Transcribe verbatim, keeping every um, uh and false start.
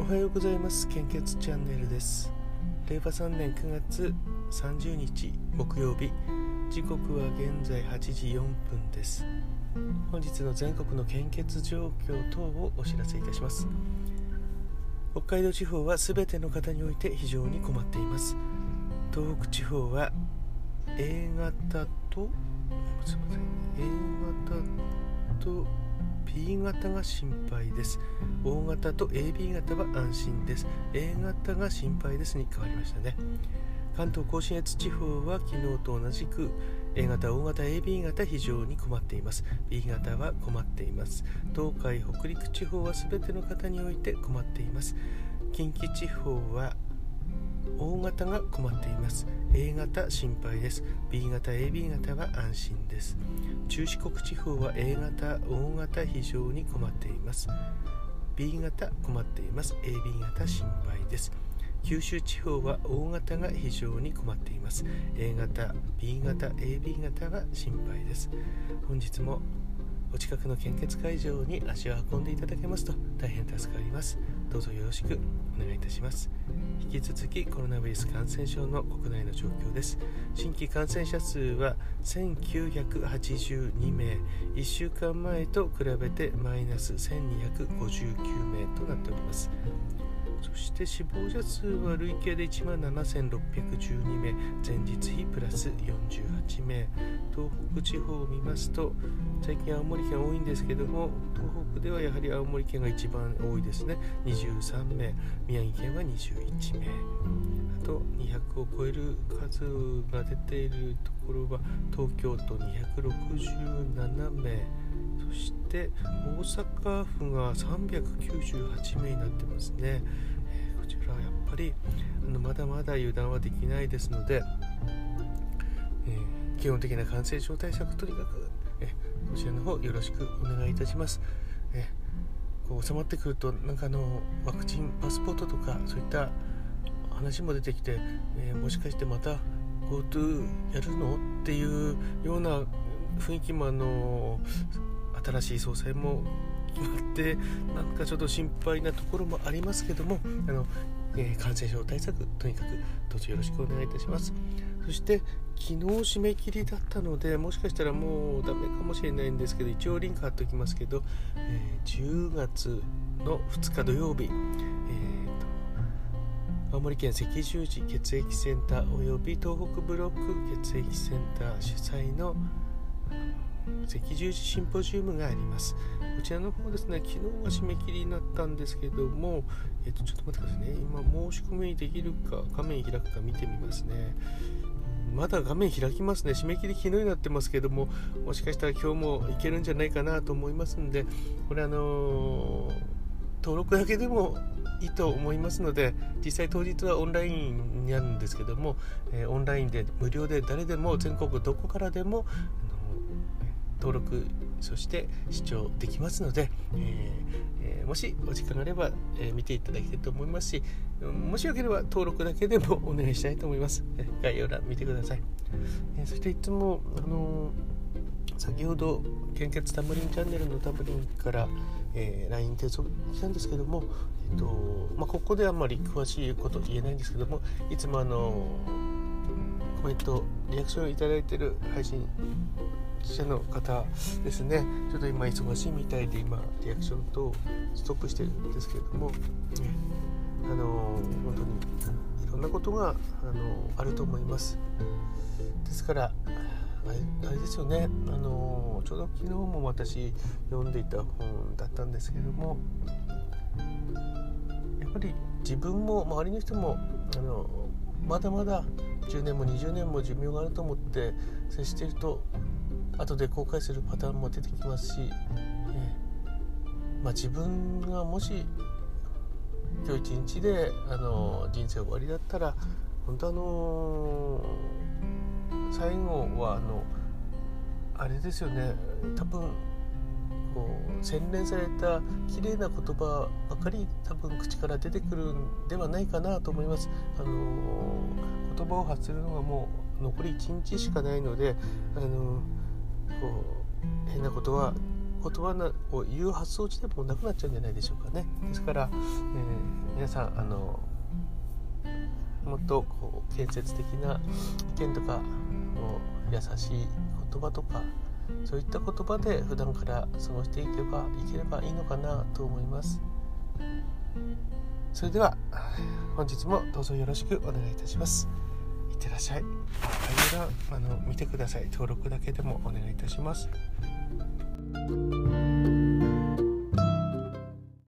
おはようございます。献血チャンネルです。れいわさんねんくがつさんじゅうにち木曜日、時刻は現在はちじよんぷんです。本日の全国の献血状況等をお知らせいたします。北海道地方はすべての方において非常に困っています。東北地方は A 型とすいません A 型と B 型が心配です。O 型と エービー 型は安心です。 A 型が心配ですに変わりましたね。関東甲信越地方は昨日と同じく A 型、O 型、エービー 型非常に困っています。 B 型は困っています。東海、北陸地方はすべての方において困っています。近畿地方は O 型が困っています。 A 型心配です。 B 型、エービー 型は安心です。中四国地方は A 型、O 型非常に困っています。 B 型困っています。 エービー 型心配です。九州地方は O 型が非常に困っています。 A 型、B 型、エービー 型は心配です。本日もお近くの献血会場に足を運んでいただけますと大変助かります。どうぞよろしくお願いいたします。引き続きコロナウイルス感染症の国内の状況です。新規感染者数はせんきゅうひゃくはちじゅうにめい、いっしゅうかんまえと比べてマイナスせんにひゃくごじゅうきゅうめいとなっております。そして死亡者数は累計で いちまんななせんろっぴゃくじゅうにめい、前日比プラスよんじゅうはちめい。東北地方を見ますと、最近青森県多いんですけども、東北ではやはり青森県が一番多いですね。にじゅうさんめい、宮城県はにじゅういちめい、あとにひゃくを超える数が出ているところは東京都にひゃくろくじゅうななめい、そして大阪府がさんびゃくきゅうじゅうはちめいになってますね。えー、こちらはやっぱりあのまだまだ油断はできないですので、えー、基本的な感染症対策とにかく、えー、こちらの方よろしくお願いいたします。えー、こう収まってくるとなんかあのワクチンパスポートとかそういった話も出てきて、えー、もしかしてまた GoTo やるのっていうような雰囲気もあの新しい総裁も決まってなんかちょっと心配なところもありますけども、あの、えー、感染症対策とにかくどうぞよろしくお願いいたします。そして昨日締め切りだったのでもしかしたらもうダメかもしれないんですけど、一応リンク貼っておきますけど、えー、じゅうがつのふつか土曜日、えー、と青森県赤十字血液センターおよび東北ブロック血液センター主催の赤十字シンポジウムがあります。こちらの方ですね、昨日は締め切りになったんですけども、えっと、ちょっと待ってくださいね。今申し込みできるか画面開くか見てみますね。まだ画面開きますね。締め切り昨日になってますけども、もしかしたら今日もいけるんじゃないかなと思いますので、これあのー、登録だけでもいいと思いますので、実際当日はオンラインになるんですけども、えー、オンラインで無料で誰でも全国どこからでも登録そして視聴できますので、えーえー、もしお時間があれば、えー、見ていただきたいと思いますし、もしよければ登録だけでもお願いしたいと思います。えー、概要欄見てください。えー、そしていつも、あのー、先ほど献血タムリンチャンネルのタムリンから、えー、ライン で届いたんですけども、えーとまあ、ここであんまり詳しいこと言えないんですけども、いつもあのー、コメントリアクションをいただいている配信者の方ですね、ちょっと今忙しいみたいで今リアクションとストップしてるんですけれども、ね、あの本当にいろんなことがあのあると思います。ですからあれ、あれですよね、あのちょうど昨日も私読んでいた本だったんですけども、やっぱり自分も周りの人もあのまだまだじゅうねんもにじゅうねんも寿命があると思って接していると後で後悔するパターンも出てきますし、えーまあ、自分がもし今日一日であの人生終わりだったら本当あのー、最後はあのあれですよね、多分こう洗練された綺麗な言葉ばかり多分口から出てくるんではないかなと思います。あのー、言葉を発するのがもう残りいちにちしかないので、あのーこう変なことは言葉を言う発想自体もなくなっちゃうんじゃないでしょうかね。ですから、えー、皆さんあのもっとこう建設的な意見とか優しい言葉とかそういった言葉で普段から過ごしていけばいければいいのかなと思います。それでは本日もどうぞよろしくお願いいたします。いってらっしゃい。概要欄あの見てください。登録だけでもお願いいたします。